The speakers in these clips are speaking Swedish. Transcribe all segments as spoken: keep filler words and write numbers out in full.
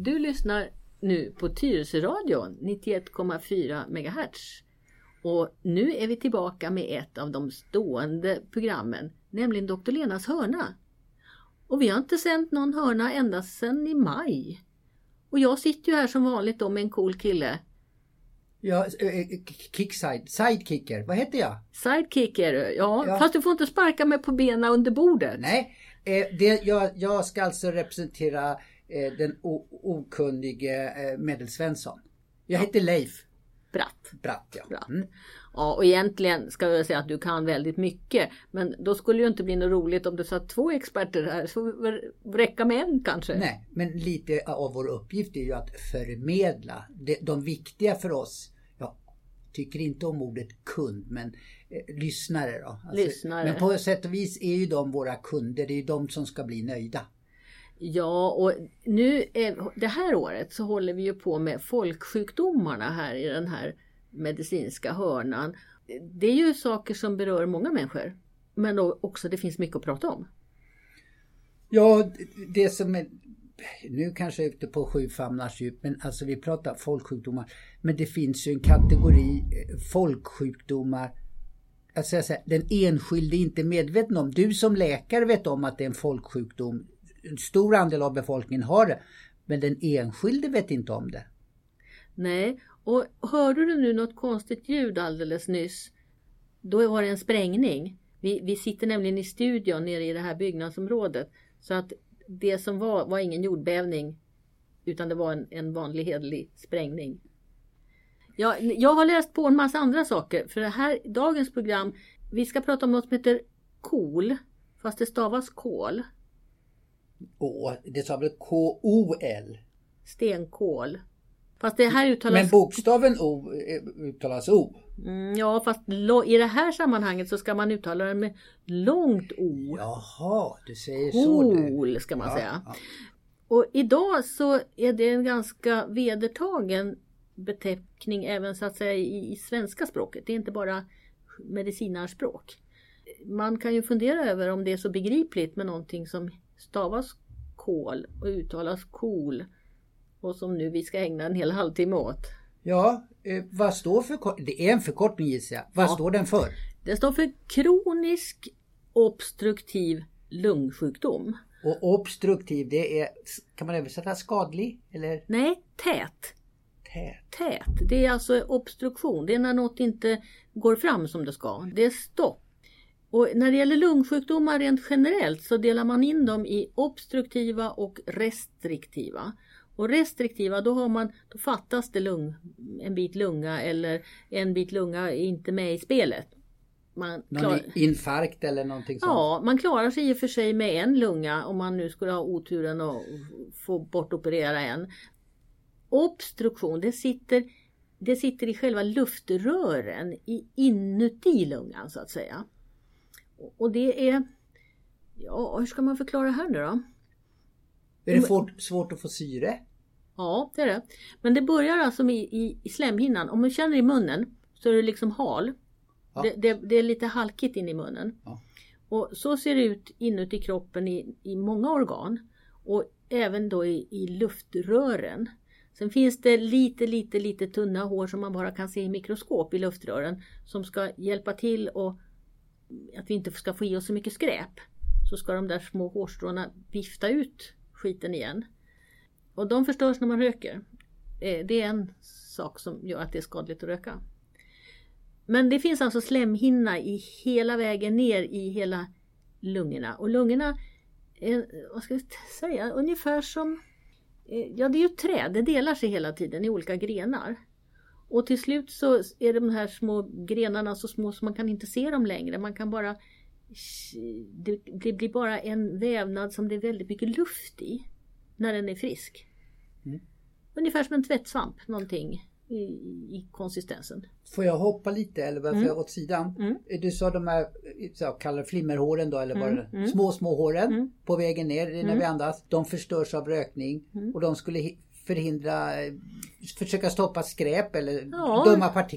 Du lyssnar nu på Tyresöradion nittioett komma fyra megahertz. Och nu är vi tillbaka med ett av de stående programmen, nämligen doktor Lenas hörna. Och vi har inte sänt någon hörna ända sedan i maj. Och jag sitter ju här som vanligt då med en cool kille. Ja, kickside, sidekicker, vad heter jag? Sidekicker, ja, ja. Fast du får inte sparka mig på benen under bordet. Nej, eh, det, jag, jag ska alltså representera eh, den o, okunnige eh, Medelsvensson. Jag heter Leif. Bratt. Bratt, ja. Bratt. Mm. Ja, och egentligen ska jag säga att du kan väldigt mycket. Men då skulle ju inte bli något roligt om du satt två experter här. Så räcka med en kanske. Nej, men lite av vår uppgift är ju att förmedla de, de viktiga för oss. Jag tycker inte om ordet kund, men eh, lyssnare då. Alltså, lyssnare. Men på sätt och vis är ju de våra kunder. Det är ju de som ska bli nöjda. Ja, och nu är, det här året så håller vi ju på med folksjukdomarna här i den här medicinska hörnan. Det är ju saker som berör många människor, men också det finns mycket att prata om. Ja, det som är, nu kanske jag är ute på sju famnars djup, men alltså vi pratar folksjukdomar, men det finns ju en kategori folksjukdomar. Alltså jag säger, den enskilde är inte medveten om. Du som läkare vet om att det är en folksjukdom. En stor andel av befolkningen har det, men den enskilde vet inte om det. Nej, och hörde du nu något konstigt ljud alldeles nyss? Då var det en sprängning. Vi, vi sitter nämligen i studion nere i det här byggnadsområdet. Så att det som var var ingen jordbävning, utan det var en, en vanlig hedlig sprängning. Ja, jag har läst på en massa andra saker. För det här dagens program, vi ska prata om något som heter kol, fast det stavas kol. Åh, det sa väl K O L. Stenkol. Fast det här uttalas... Men bokstaven O uttalas O. Mm, ja, fast lo... i det här sammanhanget så ska man uttala det med långt O. Jaha, du säger Kol, så. Kol ska man ja, säga. Ja. Och idag så är det en ganska vedertagen beteckning även så att säga i, i svenska språket. Det är inte bara medicinarspråk. Man kan ju fundera över om det är så begripligt med någonting som stavas kol och uttalas cool, och som nu vi ska ägna en hel halvtimme åt. Ja, eh, vad står för, det är en förkortning gissar jag. Vad ja. står den för? Det står för kronisk obstruktiv lungsjukdom. Och obstruktiv, det är, kan man översätta skadlig? Eller? Nej, tät. Tät. Tät. Det är alltså obstruktion. Det är när något inte går fram som det ska. Det är stopp. Och när det gäller lungsjukdomar rent generellt så delar man in dem i obstruktiva och restriktiva. Och restriktiva, då har man, då fattas det lung, en bit lunga eller en bit lunga är inte med i spelet. Man Någon klar... infarkt eller någonting sånt? Ja, man klarar sig i och för sig med en lunga om man nu skulle ha oturen att få bortoperera en. Obstruktion, det sitter, det sitter i själva luftrören i, inuti lungan så att säga. Och det är, ja, hur ska man förklara här nu då? Är det svårt, svårt att få syre? Ja, det är det. Men det börjar alltså med, i, i slemhinnan. Om man känner i munnen så är det liksom hal. Ja. Det, det, det är lite halkigt in i munnen. Ja. Och så ser det ut inuti kroppen i, i många organ. Och även då i, i luftrören. Sen finns det lite, lite, lite tunna hår som man bara kan se i mikroskop i luftrören. Som ska hjälpa till och att vi inte ska få i oss så mycket skräp. Så ska de där små hårstråna vifta ut skiten igen. Och de förstörs när man röker. Det är en sak som gör att det är skadligt att röka. Men det finns alltså slemhinna i hela vägen ner i hela lungorna. Och lungorna är, vad ska jag säga, ungefär som, ja det är ju ett träd. Det delar sig hela tiden i olika grenar. Och till slut så är de här små grenarna så små så man kan inte se dem längre. Man kan bara, det, det blir bara en vävnad som det är väldigt mycket luft i när den är frisk. Mm. Ungefär som en tvättsvamp, någonting i, i konsistensen. Får jag hoppa lite eller varför mm. jag åt sidan? Mm. Du sa de här, så kallar flimmerhåren då, eller mm. vad det, mm. små små håren mm. på vägen ner när mm. vi andas. De förstörs av rökning mm. och de skulle förhindra, försöka stoppa skräp eller ja. dumma partiklar.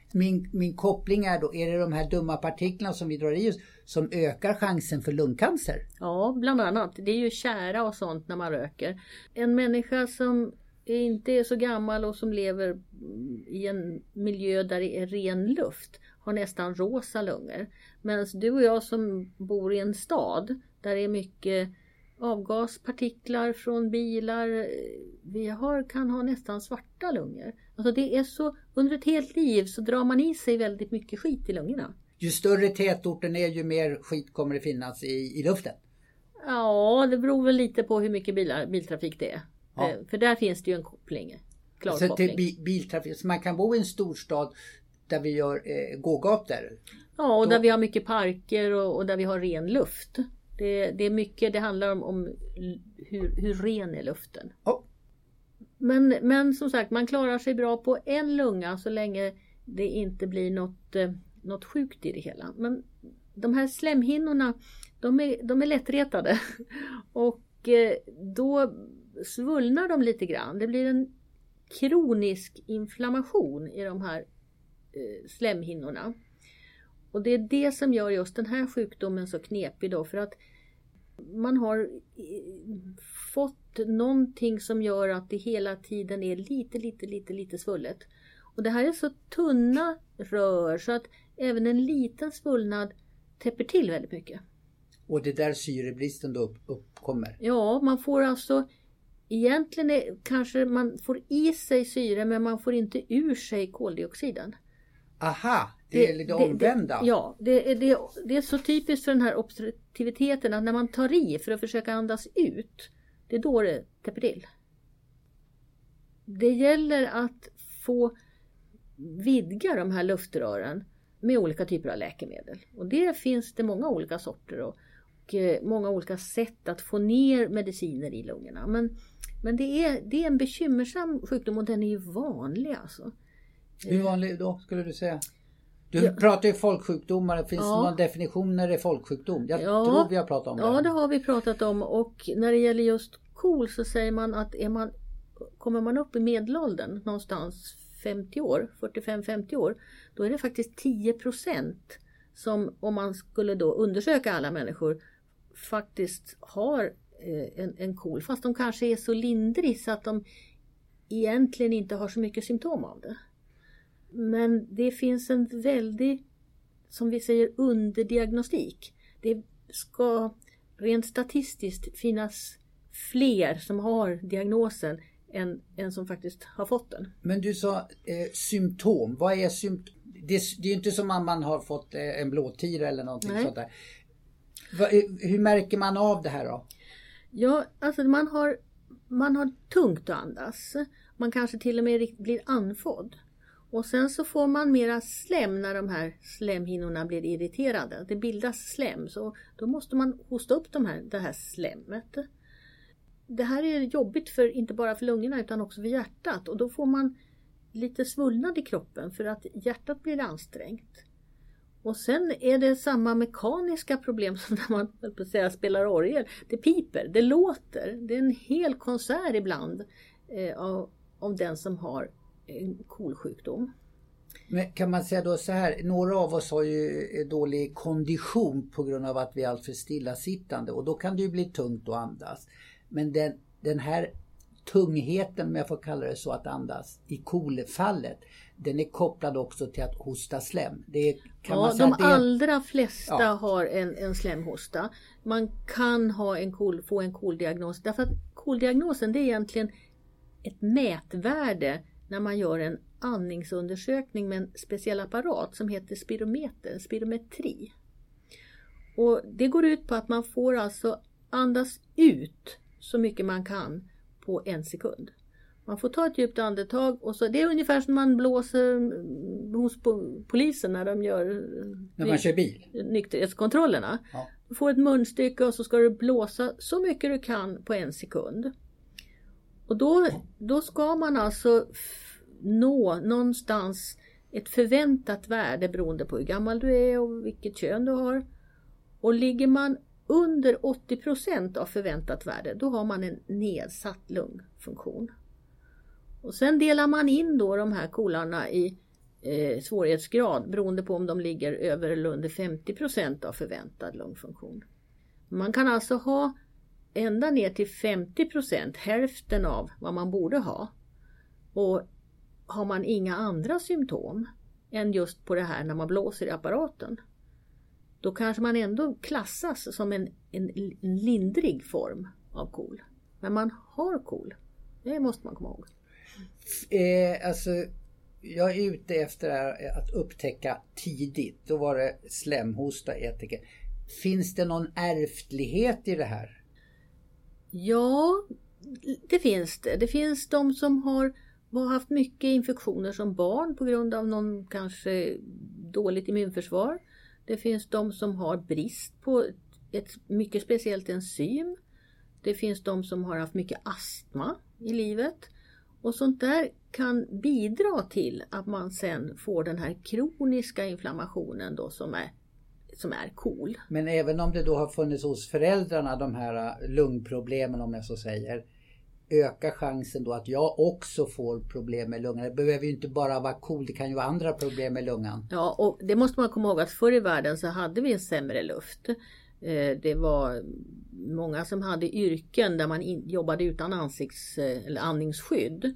min, min koppling är då, är det de här dumma partiklarna som vi drar i oss som ökar chansen för lungcancer? Ja, bland annat. Det är ju kära och sånt när man röker. En människa som inte är så gammal och som lever i en miljö där det är ren luft har nästan rosa lungor. Medan du och jag som bor i en stad där det är mycket avgaspartiklar från bilar, vi har, kan ha nästan svarta lungor. Alltså det är så, under ett helt liv så drar man i sig väldigt mycket skit i lungorna. Ju större tätorten är, ju mer skit kommer det finnas i, i luften. Ja, det beror väl lite på hur mycket bilar, biltrafik det är. Ja. För där finns det ju en koppling. Klar alltså koppling. Till bi, biltrafik. Så man kan bo i en storstad där vi gör eh, gågator. Ja, och Då... där vi har mycket parker och, och där vi har ren luft. Det, det är mycket, det handlar om, om hur, hur ren är luften. Oh. Men, men som sagt, man klarar sig bra på en lunga så länge det inte blir något, eh, något sjukt i det hela. Men de här slemhinnorna, de är, de är lättretade. Och eh, då svullnar de lite grann. Det blir en kronisk inflammation i de här eh, slemhinnorna. Och det är det som gör just den här sjukdomen så knepig då, för att man har fått någonting som gör att det hela tiden är lite, lite, lite, lite svullet. Och det här är så tunna rör så att även en liten svullnad täpper till väldigt mycket. Och det där syrebristen då uppkommer? Ja, man får alltså, egentligen är, kanske man får i sig syre men man får inte ur sig koldioxiden. Aha, det, det är lite omvända. Det, ja, det, det, det är så typiskt för den här obstruktiviteten att när man tar i för att försöka andas ut, det är då det täpper till. Det gäller att få vidga de här luftrören med olika typer av läkemedel. Och det finns det många olika sorter och, och många olika sätt att få ner mediciner i lungorna. Men, men det, är, det är en bekymmersam sjukdom och den är ju vanlig alltså. Hur vanlig då skulle du säga? Du ja. pratar ju folksjukdomar. Finns ja. det någon definition när det är folksjukdom? Jag ja. tror vi har pratat om det. Ja, det har vi pratat om. Och när det gäller just KOL så säger man att är man, kommer man upp i medelåldern någonstans femtio år, fyrtiofem femtio år, då är det faktiskt tio procent som, om man skulle då undersöka alla människor, faktiskt har en, en KOL. Fast de kanske är så lindrig så att de egentligen inte har så mycket symptom av det. Men det finns en väldigt, som vi säger, underdiagnostik. Det ska rent statistiskt finnas fler som har diagnosen än, än som faktiskt har fått den. Men du sa eh, symptom. Vad är symptom? Det, det är ju inte som om man har fått eh, en blåtira eller någonting Nej. sånt där. Va, hur märker man av det här då? Ja, alltså man har, man har tungt att andas. Man kanske till och med blir andfådd. Och sen så får man mera slem när de här slemhinnorna blir irriterade. Det bildas slem, så då måste man hosta upp de här, det här slemmet. Det här är jobbigt för, inte bara för lungorna utan också för hjärtat. Och då får man lite svullnad i kroppen för att hjärtat blir ansträngt. Och sen är det samma mekaniska problem som när man höll på att säga, spelar orgel. Det piper, det låter. Det är en hel konsert ibland eh, av, av den som har en KOL-sjukdom. Men kan man säga då så här, några av oss har ju dålig kondition på grund av att vi är alltför stillasittande och då kan det ju bli tungt att andas. Men den, den här tungheten, om jag får kalla det så, att andas i KOL-fallet, den är kopplad också till att hosta slem. Det är, kan ja, man säga de att det är... allra flesta ja. har en, en slemhosta. Man kan ha en KOL, få en KOL-diagnos. Därför att KOL-diagnosen, det är egentligen ett mätvärde när man gör en andningsundersökning med en speciell apparat som heter spirometer, spirometri. Och det går ut på att man får alltså andas ut så mycket man kan på en sekund. Man får ta ett djupt andetag och så, det är ungefär som man blåser hos polisen när de gör när man kör bil. Nykterhetskontrollerna. Ja. Du får ett munstycke och så ska du blåsa så mycket du kan på en sekund. Och då, då ska man alltså f- nå någonstans ett förväntat värde beroende på hur gammal du är och vilket kön du har. Och ligger man under åttio procent av förväntat värde, då har man en nedsatt lungfunktion. Och sen delar man in då de här kolarna i eh, svårighetsgrad beroende på om de ligger över eller under femtio procent av förväntad lungfunktion. Man kan alltså ha ända ner till femtio procent, hälften av vad man borde ha. Och har man inga andra symptom än just på det här när man blåser i apparaten, då kanske man ändå klassas som en, en, en lindrig form av KOL. Men man har KOL. Det måste man komma ihåg. Eh, alltså, jag är ute efter att upptäcka tidigt. Då var det slemhosta, etiker. Finns det någon ärftlighet i det här? Ja, det finns det. Det finns de som har, har haft mycket infektioner som barn på grund av någon kanske dåligt immunförsvar. Det finns de som har brist på ett mycket speciellt enzym. Det finns de som har haft mycket astma i livet. Och sånt där kan bidra till att man sen får den här kroniska inflammationen då som är, som är KOL. Men även om det då har funnits hos föräldrarna de här lungproblemen, om jag så säger, ökar chansen då att jag också får problem med lungan. Det behöver ju inte bara vara KOL, det kan ju vara andra problem med lungan. Ja, och det måste man komma ihåg att förr i världen så hade vi en sämre luft. Det var många som hade yrken där man in, jobbade utan ansikts, eller andningsskydd.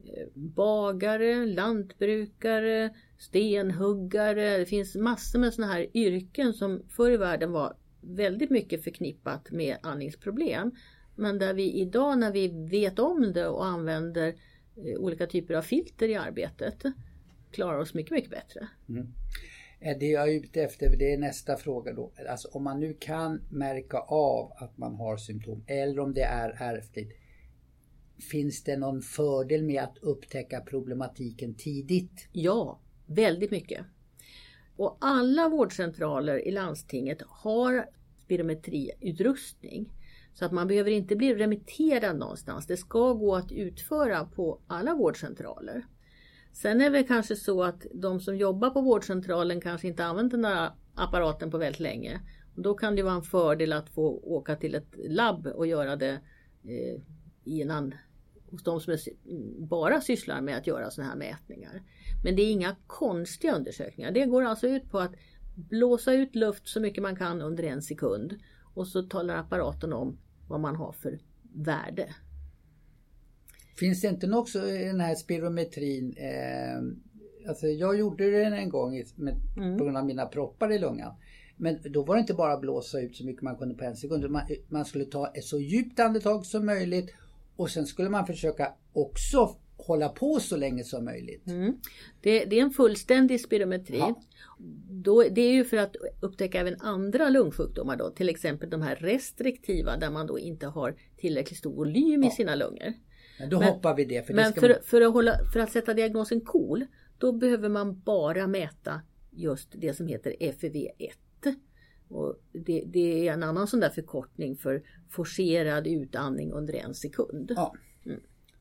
Bagare, lantbrukare, stenhuggare. Det finns massor med såna här yrken som förr i världen var väldigt mycket förknippat med andningsproblem. Men där vi idag, när vi vet om det och använder olika typer av filter i arbetet, klarar oss mycket, mycket bättre. Mm. Det jag är ute efter, det är nästa fråga då. Alltså om man nu kan märka av att man har symptom eller om det är ärftligt, finns det någon fördel med att upptäcka problematiken tidigt? Ja, väldigt mycket. Och alla vårdcentraler i landstinget har spirometriutrustning. Så att man behöver inte bli remitterad någonstans. Det ska gå att utföra på alla vårdcentraler. Sen är det kanske så att de som jobbar på vårdcentralen kanske inte använder den här apparaten på väldigt länge. Och då kan det vara en fördel att få åka till ett labb och göra det eh, i en an- hos de som är, bara sysslar med att göra såna här mätningar. Men det är inga konstiga undersökningar. Det går alltså ut på att blåsa ut luft så mycket man kan under en sekund. Och så talar apparaten om vad man har för värde. Finns det inte också i den här spirometrin? Eh, alltså jag gjorde det en gång med, mm. på grund av mina proppar i lungan. Men då var det inte bara blåsa ut så mycket man kunde på en sekund. Man, man skulle ta ett så djupt andetag som möjligt. Och sen skulle man försöka också hålla på så länge som möjligt. Mm. Det, det är en fullständig spirometri. Ja. Då, det är ju för att upptäcka även andra lungsjukdomar då. Till exempel de här restriktiva där man då inte har tillräckligt stor volym ja. i sina lungor. Men då men, hoppar vi det. För, men det för, man... för, att hålla, för att sätta diagnosen KOL, då behöver man bara mäta just det som heter F E V ett. Och det, det är en annan sån där förkortning för forcerad utandning under en sekund. Ja. Mm.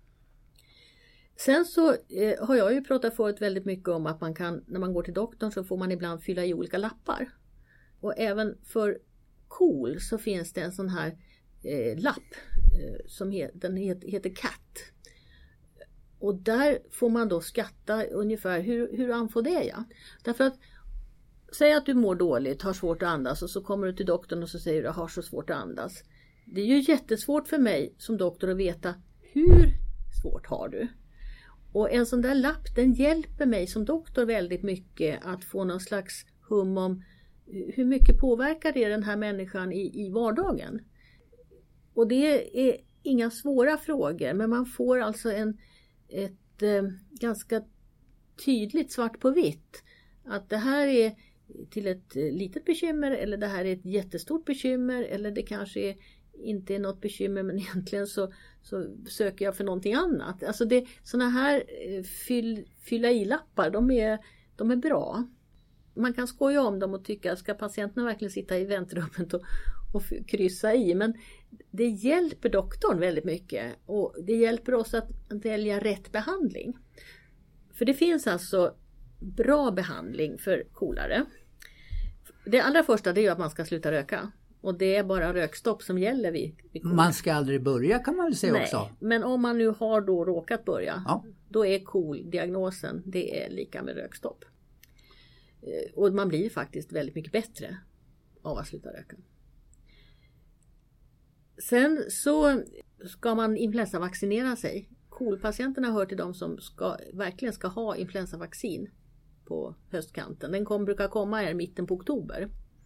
Sen så eh, har jag ju pratat förut väldigt mycket om att man kan, när man går till doktorn så får man ibland fylla i olika lappar. Och även för KOL så finns det en sån här eh, lapp eh, som he, den het, heter C A T. Och där får man då skatta ungefär hur, hur anfår det jag. Därför att säg att du mår dåligt, har svårt att andas och så kommer du till doktorn och så säger du att jag har så svårt att andas. Det är ju jättesvårt för mig som doktor att veta hur svårt har du. Och en sån där lapp, den hjälper mig som doktor väldigt mycket att få någon slags hum om hur mycket påverkar det den här människan i, i vardagen. Och det är inga svåra frågor, men man får alltså en, ett eh, ganska tydligt svart på vitt. Att det här är till ett litet bekymmer eller det här är ett jättestort bekymmer eller det kanske är, inte är något bekymmer men egentligen så, så söker jag för någonting annat. Alltså det, såna här fyll, fylla i-lappar, de är, de är bra. Man kan skoja om dem och tycka, ska patienterna verkligen sitta i väntrummet och, och kryssa i? Men det hjälper doktorn väldigt mycket och det hjälper oss att välja rätt behandling. För det finns alltså bra behandling för kolare. Det allra första det är att man ska sluta röka. Och det är bara rökstopp som gäller vid, vid KOL. Man ska aldrig börja kan man väl säga. Nej, också. Men om man nu har då råkat börja, ja. Då är KOL-diagnosen, det är lika med rökstopp. Och man blir faktiskt väldigt mycket bättre av att sluta röka. Sen så ska man influensavaccinera sig. KOL-patienterna hör till de som ska, verkligen ska ha influensavaccin på höstkanten. Den kom, brukar komma här i mitten på oktober.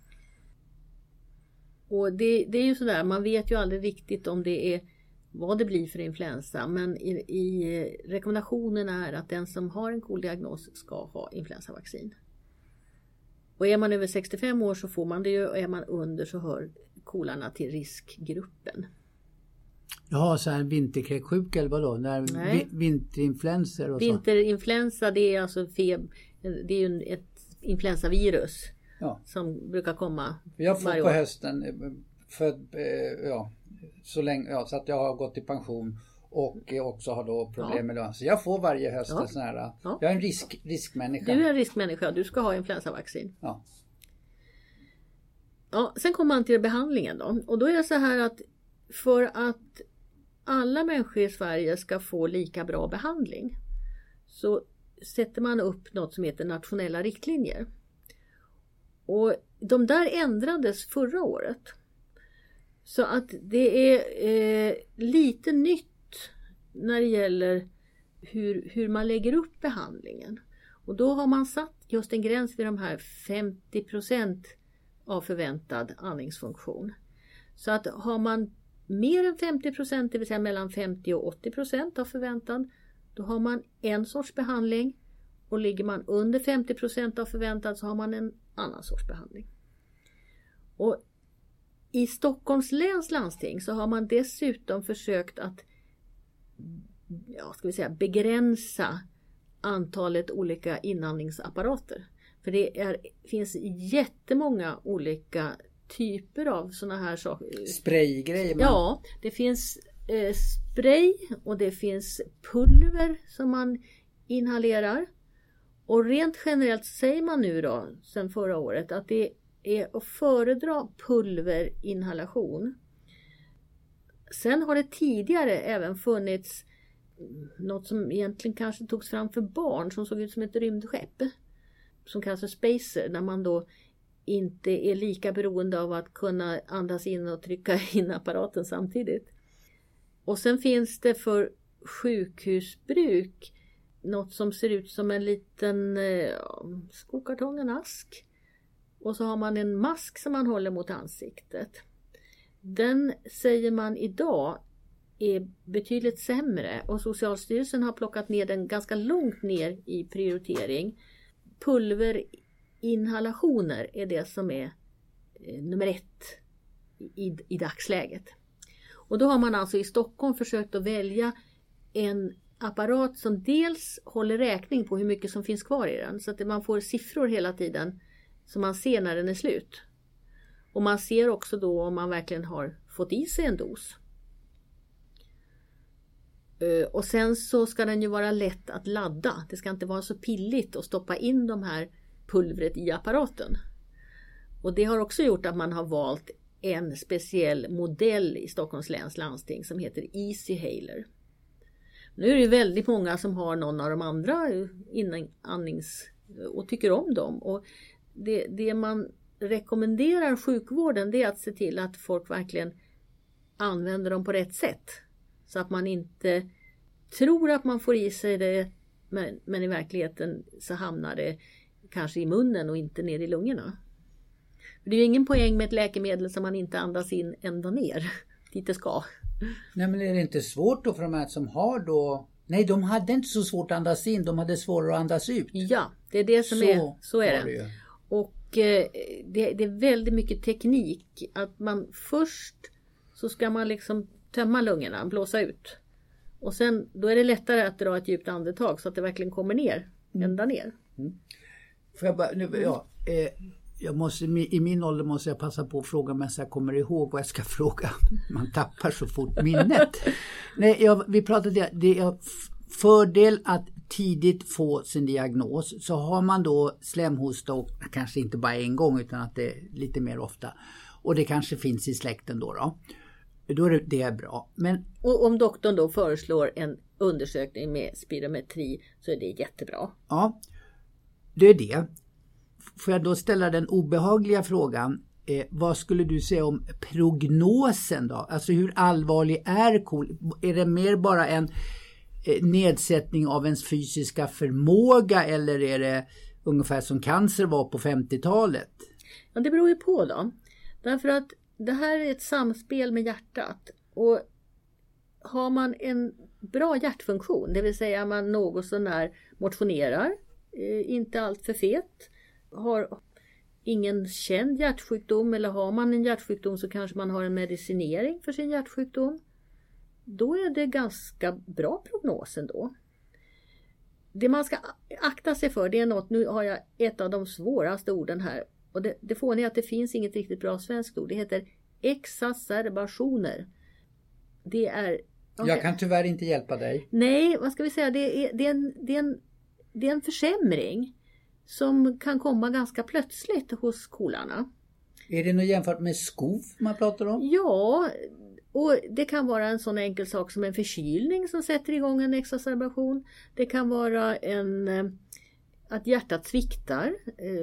Och det, det är ju sådär, man vet ju aldrig riktigt om det är vad det blir för influensa. Men i, i rekommendationen är att den som har en KOL-diagnos ska ha influensavaccin. Och är man över sextiofem år så får man det ju, och är man under så hör kolarna till riskgruppen. Ja, så här vinterkräksjuka eller vadå? När vi, vinterinfluenser och så. Vinterinfluensa, det är alltså feb, det är ju ett influensavirus, ja, som brukar komma. Jag får på hösten för ja, så länge, ja, så att jag har gått i pension och också har då problem, ja, med lön. Så jag får varje höst, ja, sån här, ja, jag är en risk, riskmänniska. Du är en riskmänniska, du ska ha influensavaccin. Ja. Ja, sen kommer man till behandlingen då. Och då är det så här att för att alla människor i Sverige ska få lika bra behandling så sätter man upp något som heter nationella riktlinjer. Och de där ändrades förra året. Så att det är eh, lite nytt när det gäller hur, hur man lägger upp behandlingen. Och då har man satt just en gräns vid de här femtio procent av förväntad andningsfunktion. Så att har man mer än femtio procent, det vill säga mellan femtio och åttio procent av förväntan, då har man en sorts behandling. Och ligger man under femtio procent av förväntan så har man en annan sorts behandling. Och i Stockholms läns landsting så har man dessutom försökt att, ja, ska vi säga, begränsa antalet olika inandningsapparater. För det är, finns jättemånga olika typer av såna här saker. Spraygrejer? Ja, det finns eh, spray och det finns pulver som man inhalerar. Och rent generellt säger man nu då, sedan förra året, att det är att föredra pulverinhalation. Sen har det tidigare även funnits något som egentligen kanske togs fram för barn som såg ut som ett rymdskepp. Som kallas för spacer, när man då inte är lika beroende av att kunna andas in och trycka in apparaten samtidigt. Och sen finns det för sjukhusbruk något som ser ut som en liten eh, skokartong, en ask. Och så har man en mask som man håller mot ansiktet. Den säger man idag är betydligt sämre. Och Socialstyrelsen har plockat ner den ganska långt ner i prioritering. Pulverinhalationer är det som är eh, nummer ett i, i dagsläget. Och då har man alltså i Stockholm försökt att välja en apparat som dels håller räkning på hur mycket som finns kvar i den. Så att man får siffror hela tiden som man ser när den är slut. Och man ser också då om man verkligen har fått i sig en dos. Och sen så ska den ju vara lätt att ladda. Det ska inte vara så pilligt att stoppa in de här pulvret i apparaten. Och det har också gjort att man har valt en speciell modell i Stockholms läns landsting som heter Easyhaler. Nu är det väldigt många som har någon av de andra inandnings och tycker om dem. Och det, det man rekommenderar sjukvården, det är att se till att folk verkligen använder dem på rätt sätt. Så att man inte tror att man får i sig det, men, men i verkligheten så hamnar det kanske i munnen och inte ner i lungorna. Det är ju ingen poäng med ett läkemedel som man inte andas in ända ner dit det ska. Nej, men är det inte svårt då för de här som har då... Nej, de hade inte så svårt att andas in, de hade svårare att andas ut. Ja, det är det som så är, så är det. det. Och eh, det, det är väldigt mycket teknik. Att man först så ska man liksom tömma lungorna, blåsa ut. Och sen, då är det lättare att dra ett djupt andetag så att det verkligen kommer ner, mm. ända ner. Mm. Får jag bara, nu, ja, eh, jag måste, i min ålder måste jag passa på att fråga men så jag kommer ihåg vad jag ska fråga. Man tappar så fort minnet. Nej, jag, vi pratade, det är fördel att tidigt få sin diagnos. Så har man då slemhosta, och kanske inte bara en gång utan att det är lite mer ofta. och det kanske finns i släkten då då. Då är det, det är bra. Men, och om doktorn då föreslår en undersökning med spirometri så är det jättebra. Ja, det är det. Får jag då ställa den obehagliga frågan, eh, vad skulle du säga om prognosen då? Alltså hur allvarlig är KOL? Är det mer bara en eh, nedsättning av ens fysiska förmåga eller är det ungefär som cancer var på femtiotalet? Ja, det beror ju på då. Därför att det här är ett samspel med hjärtat och har man en bra hjärtfunktion, det vill säga man något sån här motionerar, eh, inte allt för fet, har ingen känd hjärtsjukdom eller har man en hjärtsjukdom så kanske man har en medicinering för sin hjärtsjukdom. Då är det ganska bra prognos ändå. Det man ska akta sig för det är något, nu har jag ett av de svåraste orden här och det, det får ni att det finns inget riktigt bra svenskt ord. Det heter exacerbationer. Det är... Okay. Jag kan tyvärr inte hjälpa dig. Nej, vad ska vi säga? Det är, det är, en, det är, en, det är en försämring som kan komma ganska plötsligt hos kolarna. Är det något jämfört med skov man pratar om? Ja, och det kan vara en sån enkel sak som en förkylning som sätter igång en exacerbation. Det kan vara en, att hjärtat sviktar.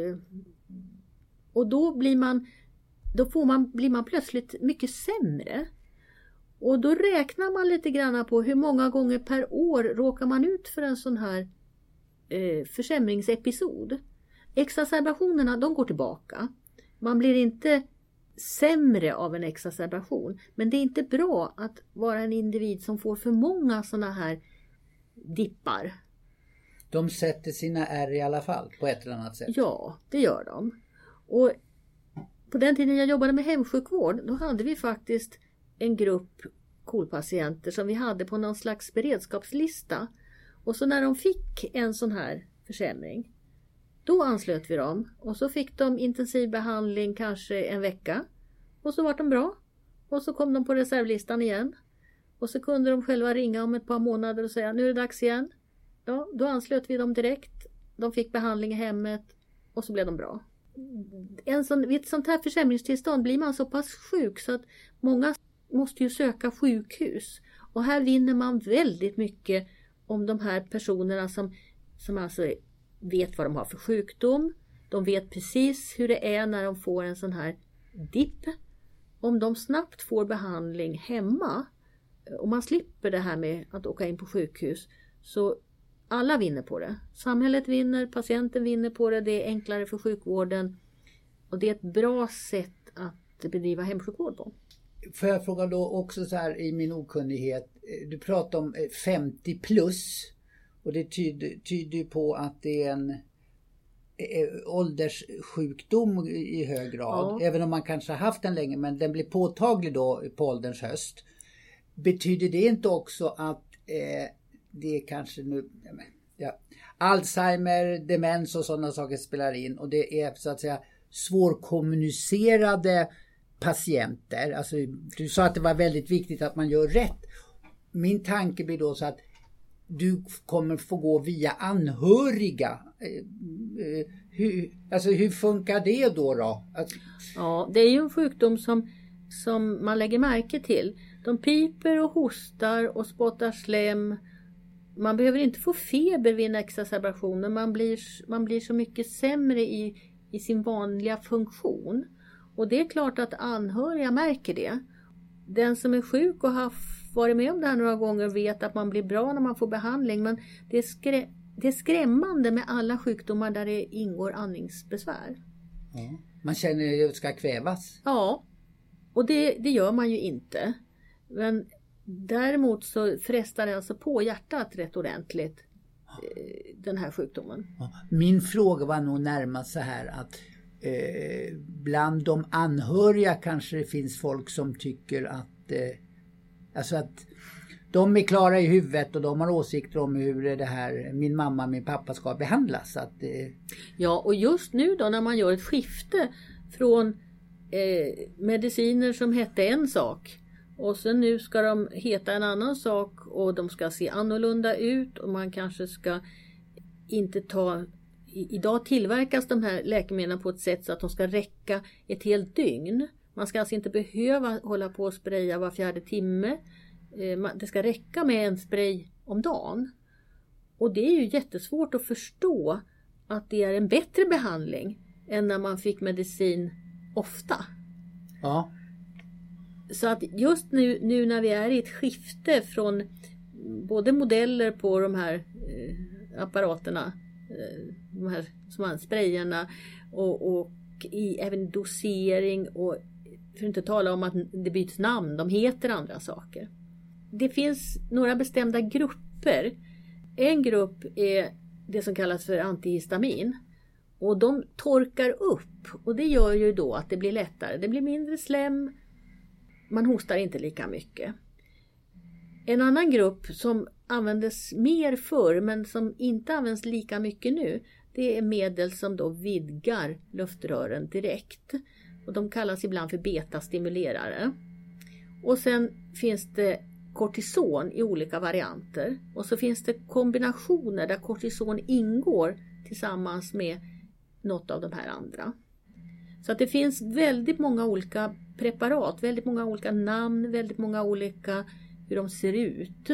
Och då blir man, då får man, blir man plötsligt mycket sämre. Och då räknar man lite grann på hur många gånger per år råkar man ut för en sån här eh, försämringsepisod. Exacerbationerna, de går tillbaka. Man blir inte sämre av en exacerbation. Men det är inte bra att vara en individ som får för många såna här dippar. De sätter sina ärr i alla fall på ett eller annat sätt. Ja, det gör de. Och på den tiden jag jobbade med hemsjukvård, då hade vi faktiskt en grupp kolpatienter som vi hade på någon slags beredskapslista. Och så när de fick en sån här försämring, då anslöt vi dem. Och så fick de intensiv behandling kanske en vecka. Och så var de bra. Och så kom de på reservlistan igen. Och så kunde de själva ringa om ett par månader och säga nu är det dags igen. Ja, då anslöt vi dem direkt. De fick behandling i hemmet och så blev de bra. En sån, vid ett sånt här försämringstillstånd blir man så pass sjuk så att många måste ju söka sjukhus. Och här vinner man väldigt mycket om de här personerna som, som alltså vet vad de har för sjukdom. De vet precis hur det är när de får en sån här dipp. Om de snabbt får behandling hemma och man slipper det här med att åka in på sjukhus, så alla vinner på det. Samhället vinner, patienten vinner på det, det är enklare för sjukvården och det är ett bra sätt att bedriva hemsjukvård på. Får jag fråga då också så här i min okunnighet, du pratar om femtio plus och det tyder, tyder på att det är en ålderssjukdom i hög grad, ja. Även om man kanske har haft den länge, men den blir påtaglig då på ålderns höst. Betyder det inte också att eh, det är kanske nu ja, Alzheimer, demens och sådana saker spelar in och det är så att säga svårkommunicerade patienter. Alltså, du sa att det var väldigt viktigt att man gör rätt. Min tanke blir då så att du kommer få gå via anhöriga. Hur, alltså hur funkar det då då? Att... Ja, det är ju en sjukdom som, som man lägger märke till. De piper och hostar och spottar slem. Man behöver inte få feber vid en exacerbation, men man blir, man blir så mycket sämre i, i sin vanliga funktion. Och det är klart att anhöriga märker det. Den som är sjuk och har varit med om det här några gånger vet att man blir bra när man får behandling. Men det är, skrä, det är skrämmande med alla sjukdomar där det ingår andningsbesvär. Ja. Man känner att det ska kvävas. Ja, och det, det gör man ju inte. Men däremot så frestar det alltså på hjärtat rätt ordentligt, den här sjukdomen. Ja. Min fråga var nog närmast så här att eh, bland de anhöriga kanske det finns folk som tycker att, eh, alltså att de är klara i huvudet och de har åsikter om hur det här, min mamma, min pappa ska behandlas. Att, eh... Ja, och just nu då när man gör ett skifte från eh, mediciner som hette en sak och sen nu ska de heta en annan sak och de ska se annorlunda ut och man kanske ska inte ta... Idag tillverkas de här läkemedlen på ett sätt så att de ska räcka ett helt dygn. Man ska alltså inte behöva hålla på och spraya var fjärde timme. Det ska räcka med en spray om dagen. Och det är ju jättesvårt att förstå att det är en bättre behandling än när man fick medicin ofta. Ja. Så att just nu, nu när vi är i ett skifte från både modeller på de här eh, apparaterna, eh, de här små sprayerna och, och i även dosering, och för att inte tala om att det byts namn, de heter andra saker. Det finns några bestämda grupper. En grupp är det som kallas för antihistamin. Och de torkar upp. Och det gör ju då att det blir lättare. Det blir mindre slem. Man hostar inte lika mycket. En annan grupp som användes mer förr men som inte används lika mycket nu. Det är medel som då vidgar luftrören direkt. Och de kallas ibland för betastimulerare. Och sen finns det kortison i olika varianter. Och så finns det kombinationer där kortison ingår tillsammans med något av de här andra. Så att det finns väldigt många olika preparat, väldigt många olika namn, väldigt många olika hur de ser ut.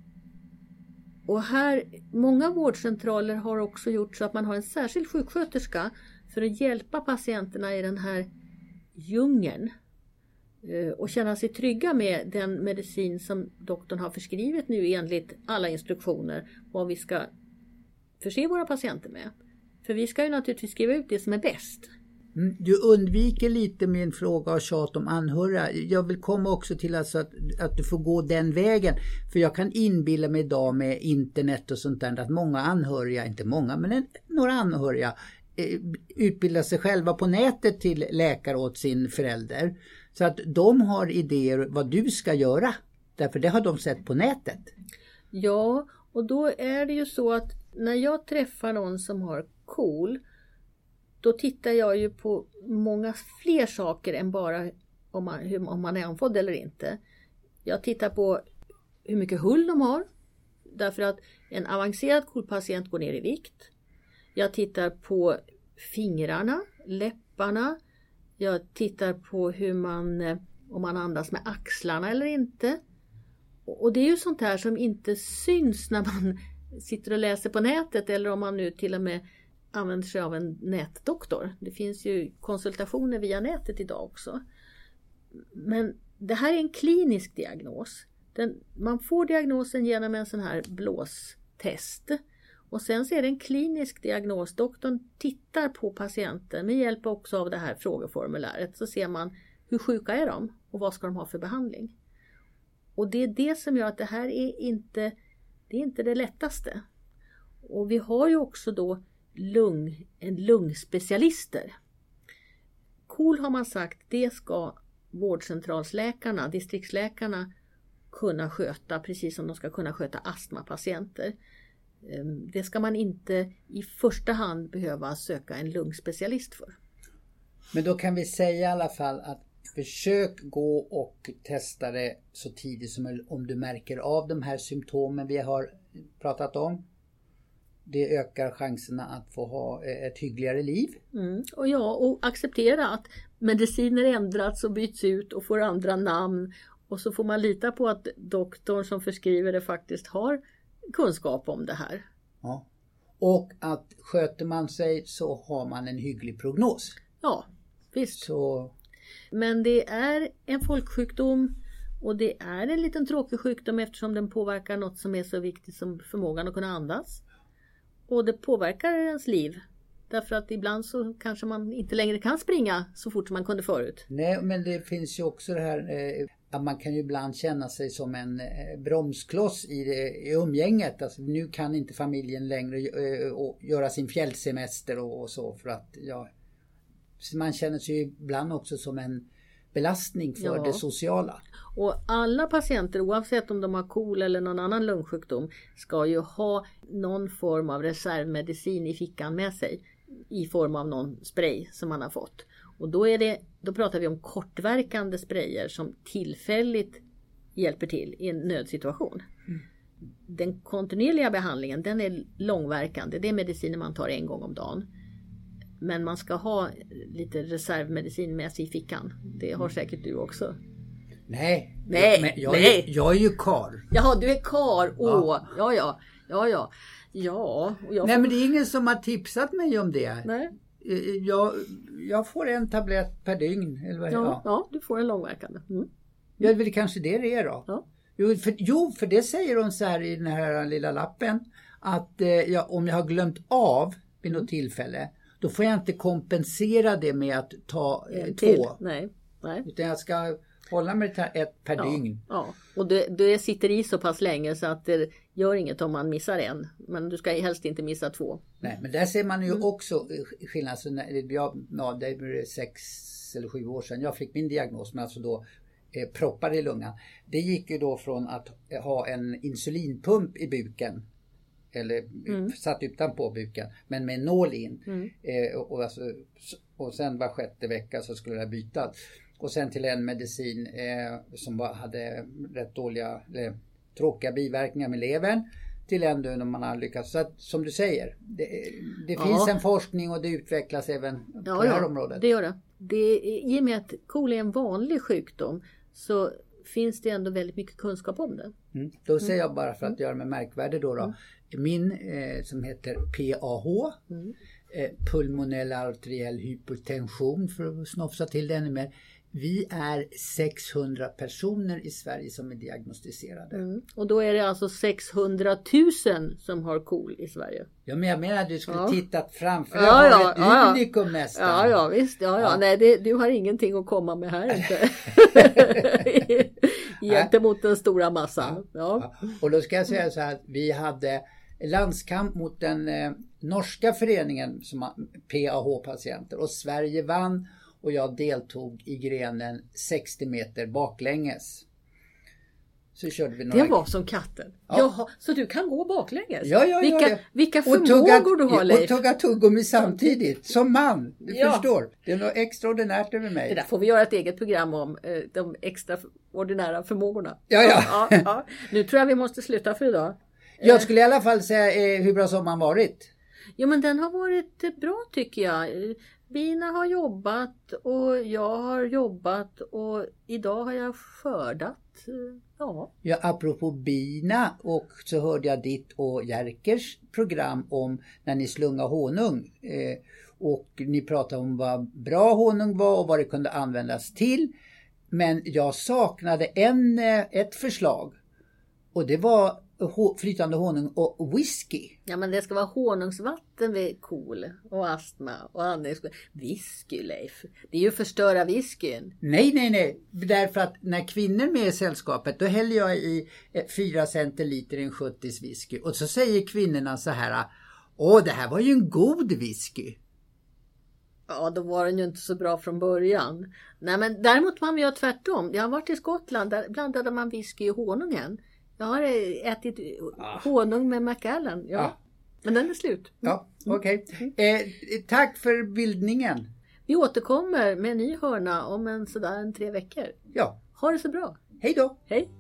Och här, många vårdcentraler har också gjort så att man har en särskild sjuksköterska för att hjälpa patienterna i den här djungeln. Och känna sig trygga med den medicin som doktorn har förskrivit nu enligt alla instruktioner vad vi ska förse våra patienter med. För vi ska ju naturligtvis skriva ut det som är bäst. Mm, du undviker lite min fråga och tjat om anhöriga. Jag vill komma också till alltså att, att du får gå den vägen. För jag kan inbilla mig idag med internet och sånt där att många anhöriga, inte många men en, några anhöriga eh, utbildar sig själva på nätet till läkare åt sin förälder. Så att de har idéer vad du ska göra. Därför det har de sett på nätet. Ja, och då är det ju så att när jag träffar någon som har KOL, då tittar jag ju på många fler saker än bara om man, hur, om man är andfådd eller inte. Jag tittar på hur mycket hull de har. Därför att en avancerad KOL-patient går ner i vikt. Jag tittar på fingrarna, läpparna. Jag tittar på hur man, om man andas med axlarna eller inte. Och det är ju sånt här som inte syns när man sitter och läser på nätet eller om man nu till och med använder sig av en nätdoktor. Det finns ju konsultationer via nätet idag också. Men det här är en klinisk diagnos. Den, man får diagnosen genom en sån här blåstest. Och sen så är det en klinisk diagnos. Doktorn tittar på patienten med hjälp också av det här frågeformuläret. Så ser man hur sjuka är de och vad ska de ha för behandling. Och det är det som gör att det här är inte det, är inte det lättaste. Och vi har ju också då lung, en lungspecialister. KOL har man sagt, det ska vårdcentralsläkarna, distriktsläkarna kunna sköta precis som de ska kunna sköta astmapatienter. Det ska man inte i första hand behöva söka en lungspecialist för. Men då kan vi säga i alla fall att försök gå och testa det så tidigt som möjligt om du märker av de här symptomen vi har pratat om. Det ökar chanserna att få ha ett hyggligare liv. Mm. Och ja, och acceptera att mediciner ändras och byts ut och får andra namn. Och så får man lita på att doktorn som förskriver det faktiskt har kunskap om det här. Ja. Och att sköter man sig så har man en hygglig prognos. Ja, visst. Så... Men det är en folksjukdom och det är en liten tråkig sjukdom eftersom den påverkar något som är så viktigt som förmågan att kunna andas. Och det påverkar ens liv. Därför att ibland så kanske man inte längre kan springa så fort som man kunde förut. Nej, men det finns ju också det här eh, att man kan ju ibland känna sig som en eh, bromskloss i, det, i umgänget. Alltså, nu kan inte familjen längre eh, och göra sin fjällsemester och, och så för att ja, man känner sig ibland också som en belastning för ja. det sociala. Och alla patienter, oavsett om de har KOL eller någon annan lungsjukdom, ska ju ha någon form av reservmedicin i fickan med sig i form av någon spray som man har fått. Och då, är det, då pratar vi om kortverkande sprayer som tillfälligt hjälper till i en nödsituation. Mm. Den kontinuerliga behandlingen, den är långverkande. Det är mediciner man tar en gång om dagen. Men man ska ha lite reservmedicin med sig i fickan. Det har säkert du också. Nej, nej, men jag, nej. Är, jag är ju karl. Jaha, du är karl. Åh, ja, ja, ja, ja. Ja, och jag nej får... men det är ingen som har tipsat mig om det. Nej. Jag, jag får en tablett per dygn. Eller vad, ja, ja. ja, du får en långverkande. Mm. Ja, det är kanske det det är då. Ja. Jo, för, jo, för det säger hon så här i den här lilla lappen. Att eh, jag, om jag har glömt av vid något tillfälle, då får jag inte kompensera det med att ta eh, två. Nej, nej. Utan jag ska hålla mig till ett per ja, dygn. Ja, och det, det sitter i så pass länge så att det gör inget om man missar en. Men du ska helst inte missa två. Nej, men där ser man ju mm. också skillnad. Så när jag, ja, det är sex eller sju år sedan jag fick min diagnos, men alltså då eh, proppar i lungan. Det gick ju då från att ha en insulinpump i buken. Eller mm. satt utanpå buken, men med nål in. Mm. Eh, och, och, alltså, och sen var sjätte vecka så skulle det bytas. Och sen till en medicin eh, som var, hade rätt dåliga, eller, tråkiga biverkningar med levern. Till en då när man har lyckats. Så att, som du säger, det, det ja. finns en forskning och det utvecklas även på ja, det här ja, området. Det gör det. det. I och med att KOL är en vanlig sjukdom så finns det ändå väldigt mycket kunskap om det. Mm. Då säger jag bara för att göra med märkvärde då. då mm. Min eh, som heter P A H, mm. eh, pulmonell arteriell hypertension, för att snofsa till det ännu mer. Vi är sexhundra personer i Sverige som är diagnostiserade. Mm. Och då är det alltså sexhundratusen som har KOL i Sverige. Ja, men jag menar att du skulle ja. tittat framför. Ja, jag har ja, ett ja, unikum nästan. Ja, ja, visst. Ja, ja. Ja. Nej, det, du har ingenting att komma med här inte. Gentemot den stora massan. Ja. Ja. Och då ska jag säga så här att vi hade landskamp mot den eh, norska föreningen som har P A H-patienter. Och Sverige vann. Och jag deltog i grenen sextio meter baklänges. Så körde vi några... Det var som katten. Ja. Jaha, så du kan gå baklänges? Ja, ja, vilka, ja. ja. Vilka förmågor du har, Leif. Och tugga tuggummi samtidigt. Som man. Du ja. förstår. Det är något extraordinärt över mig. Det där får vi göra ett eget program om. Eh, de extraordinära förmågorna. Ja, ja. ja, ja. Nu tror jag vi måste sluta för idag. Jag skulle i alla fall säga eh, hur bra sommaren varit. Jo, men den har varit bra tycker jag. Bina har jobbat och jag har jobbat och idag har jag skördat. Ja. Ja, apropå bina, och så hörde jag ditt och Jerkers program om när ni slungar honung. Eh, och ni pratade om vad bra honung var och vad det kunde användas till. Men jag saknade en, ett förslag. Och det var flytande honung och whisky. Ja, men det ska vara honungsvatten vid KOL och astma och andningssjukdomar. Whisky, Leif. Det är ju förstöra whiskyn. Nej, nej, nej. Därför att när kvinnor är med i sällskapet, då häller jag i fyra centiliter i en sjuttio whisky. Och så säger kvinnorna så här: åh, det här var ju en god whisky. Ja, då var den ju inte så bra från början. Nej, men däremot man gör tvärtom. Jag har varit i Skottland, där blandade man whisky och honungen. Jag har ätit ah. honung med Macallan. Ja. Ah. Men den är slut. Mm. Ja, okej. Okay. Eh, tack för bildningen. Vi återkommer med en ny hörna om en sådär en tre veckor. Ja. Ha det så bra. Hej då. Hej.